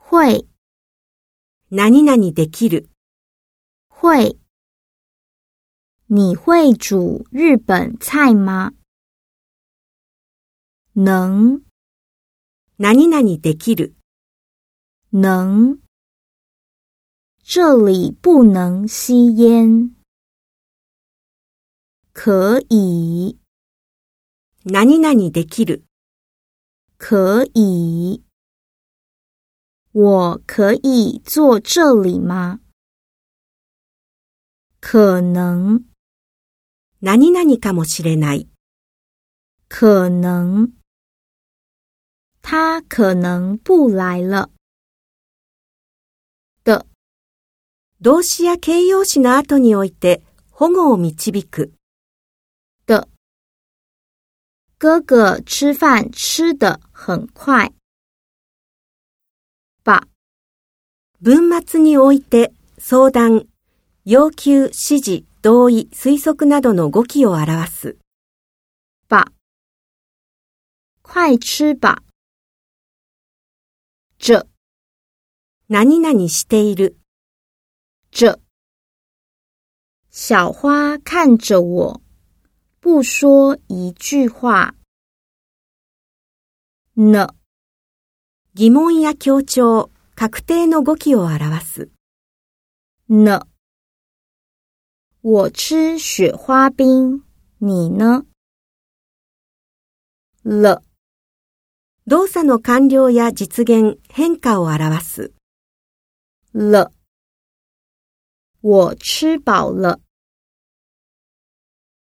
会。 何々できる。 会。你会煮日本菜吗？能。 何々できる。 能。这里不能吸烟。可以。 何々できる。 可以。我可以坐这里吗？可能。 何々かもしれない。 可能。他可能不来了。的。 動詞や形容詞の後において保護を導く。 的。哥哥吃饭吃得很快。把。 文末において相談、要求、指示、同意、推測などの語気を表す。 把。快吃吧。这。 何々している。 这。小花看着我，不说一句话。呢。 疑問や強調、確定の語気を表す。 呢。我吃雪花冰，你呢？了。 動作の完了や実現、変化を表す。 了。我吃饱了。